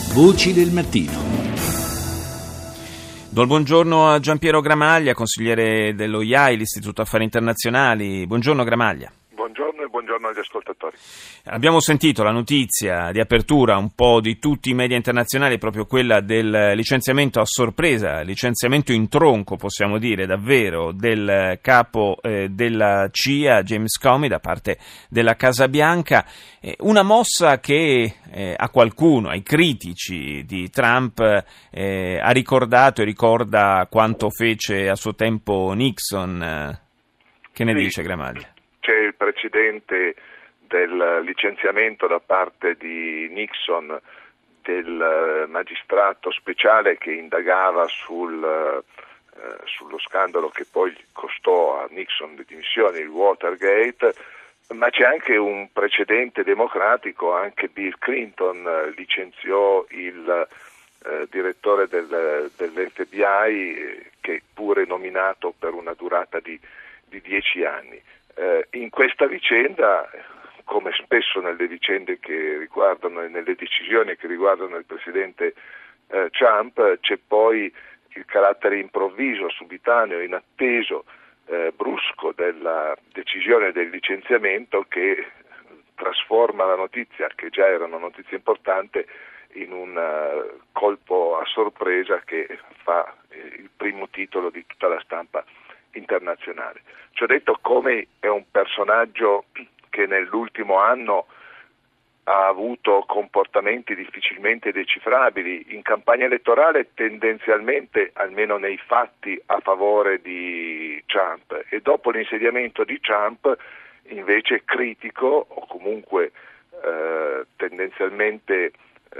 Voci del mattino. Do il buongiorno a Giampiero Gramaglia, consigliere dello IAI, l'Istituto Affari Internazionali. Buongiorno Gramaglia. Buongiorno e buongiorno agli ascoltatori. Abbiamo sentito la notizia di apertura un po' di tutti i media internazionali, proprio quella del licenziamento a sorpresa, licenziamento in tronco, possiamo dire davvero, del capo della CIA, James Comey, da parte della Casa Bianca. Una mossa che a qualcuno, ai critici di Trump, ha ricordato e ricorda quanto fece a suo tempo Nixon. Che ne dice Gramaglia? C'è il precedente del licenziamento da parte di Nixon del magistrato speciale che indagava sullo scandalo che poi costò a Nixon le dimissioni, il Watergate, ma c'è anche un precedente democratico. Anche Bill Clinton licenziò il direttore dell'FBI, che pure nominato per una durata di 10 anni. In questa vicenda, come spesso nelle vicende che riguardano e nelle decisioni che riguardano il presidente Trump, c'è poi il carattere improvviso, subitaneo, inatteso, brusco della decisione del licenziamento che trasforma la notizia, che già era una notizia importante, in un colpo a sorpresa che fa il primo titolo di tutta la stampa internazionale. Ci ho detto come è un personaggio che nell'ultimo anno ha avuto comportamenti difficilmente decifrabili, in campagna elettorale tendenzialmente, almeno nei fatti, a favore di Trump, e dopo l'insediamento di Trump invece critico o comunque tendenzialmente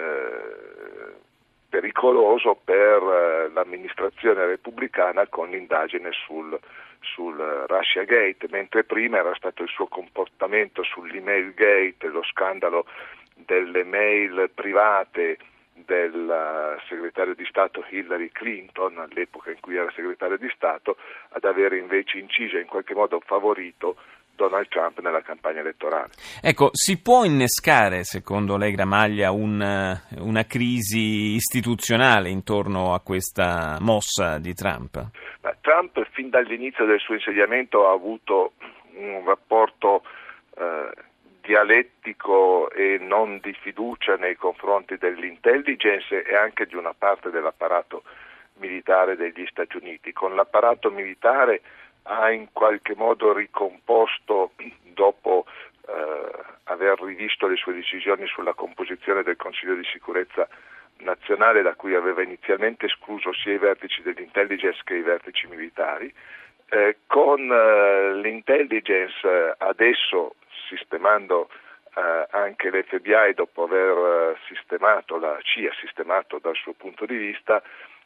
pericoloso per l'amministrazione repubblicana con l'indagine sul Russiagate, mentre prima era stato il suo comportamento sull'Email Gate, lo scandalo delle mail private del segretario di Stato Hillary Clinton, all'epoca in cui era segretario di Stato, ad avere invece inciso e in qualche modo favorito Donald Trump nella campagna elettorale. Ecco, si può innescare, secondo lei Gramaglia, una crisi istituzionale intorno a questa mossa di Trump? Trump fin dall'inizio del suo insediamento ha avuto un rapporto dialettico e non di fiducia nei confronti dell'intelligence e anche di una parte dell'apparato militare degli Stati Uniti. Con l'apparato militare ha in qualche modo ricomposto, dopo aver rivisto le sue decisioni sulla composizione del Consiglio di sicurezza nazionale, da cui aveva inizialmente escluso sia i vertici dell'intelligence che i vertici militari. Con l'intelligence adesso, sistemando anche l'FBI, dopo aver sistemato la CIA, sistemato dal suo punto di vista,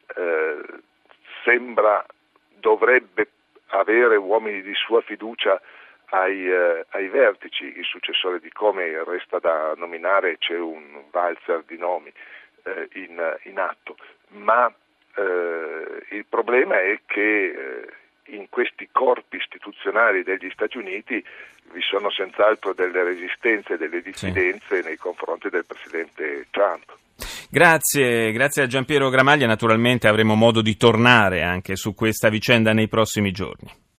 dovrebbe avere uomini di sua fiducia ai vertici. Il successore di Comey resta da nominare, c'è un valzer di nomi in atto, ma il problema è che in questi corpi istituzionali degli Stati Uniti vi sono senz'altro delle resistenze, delle diffidenze nei confronti del presidente Trump. Grazie a Giampiero Gramaglia. Naturalmente avremo modo di tornare anche su questa vicenda nei prossimi giorni.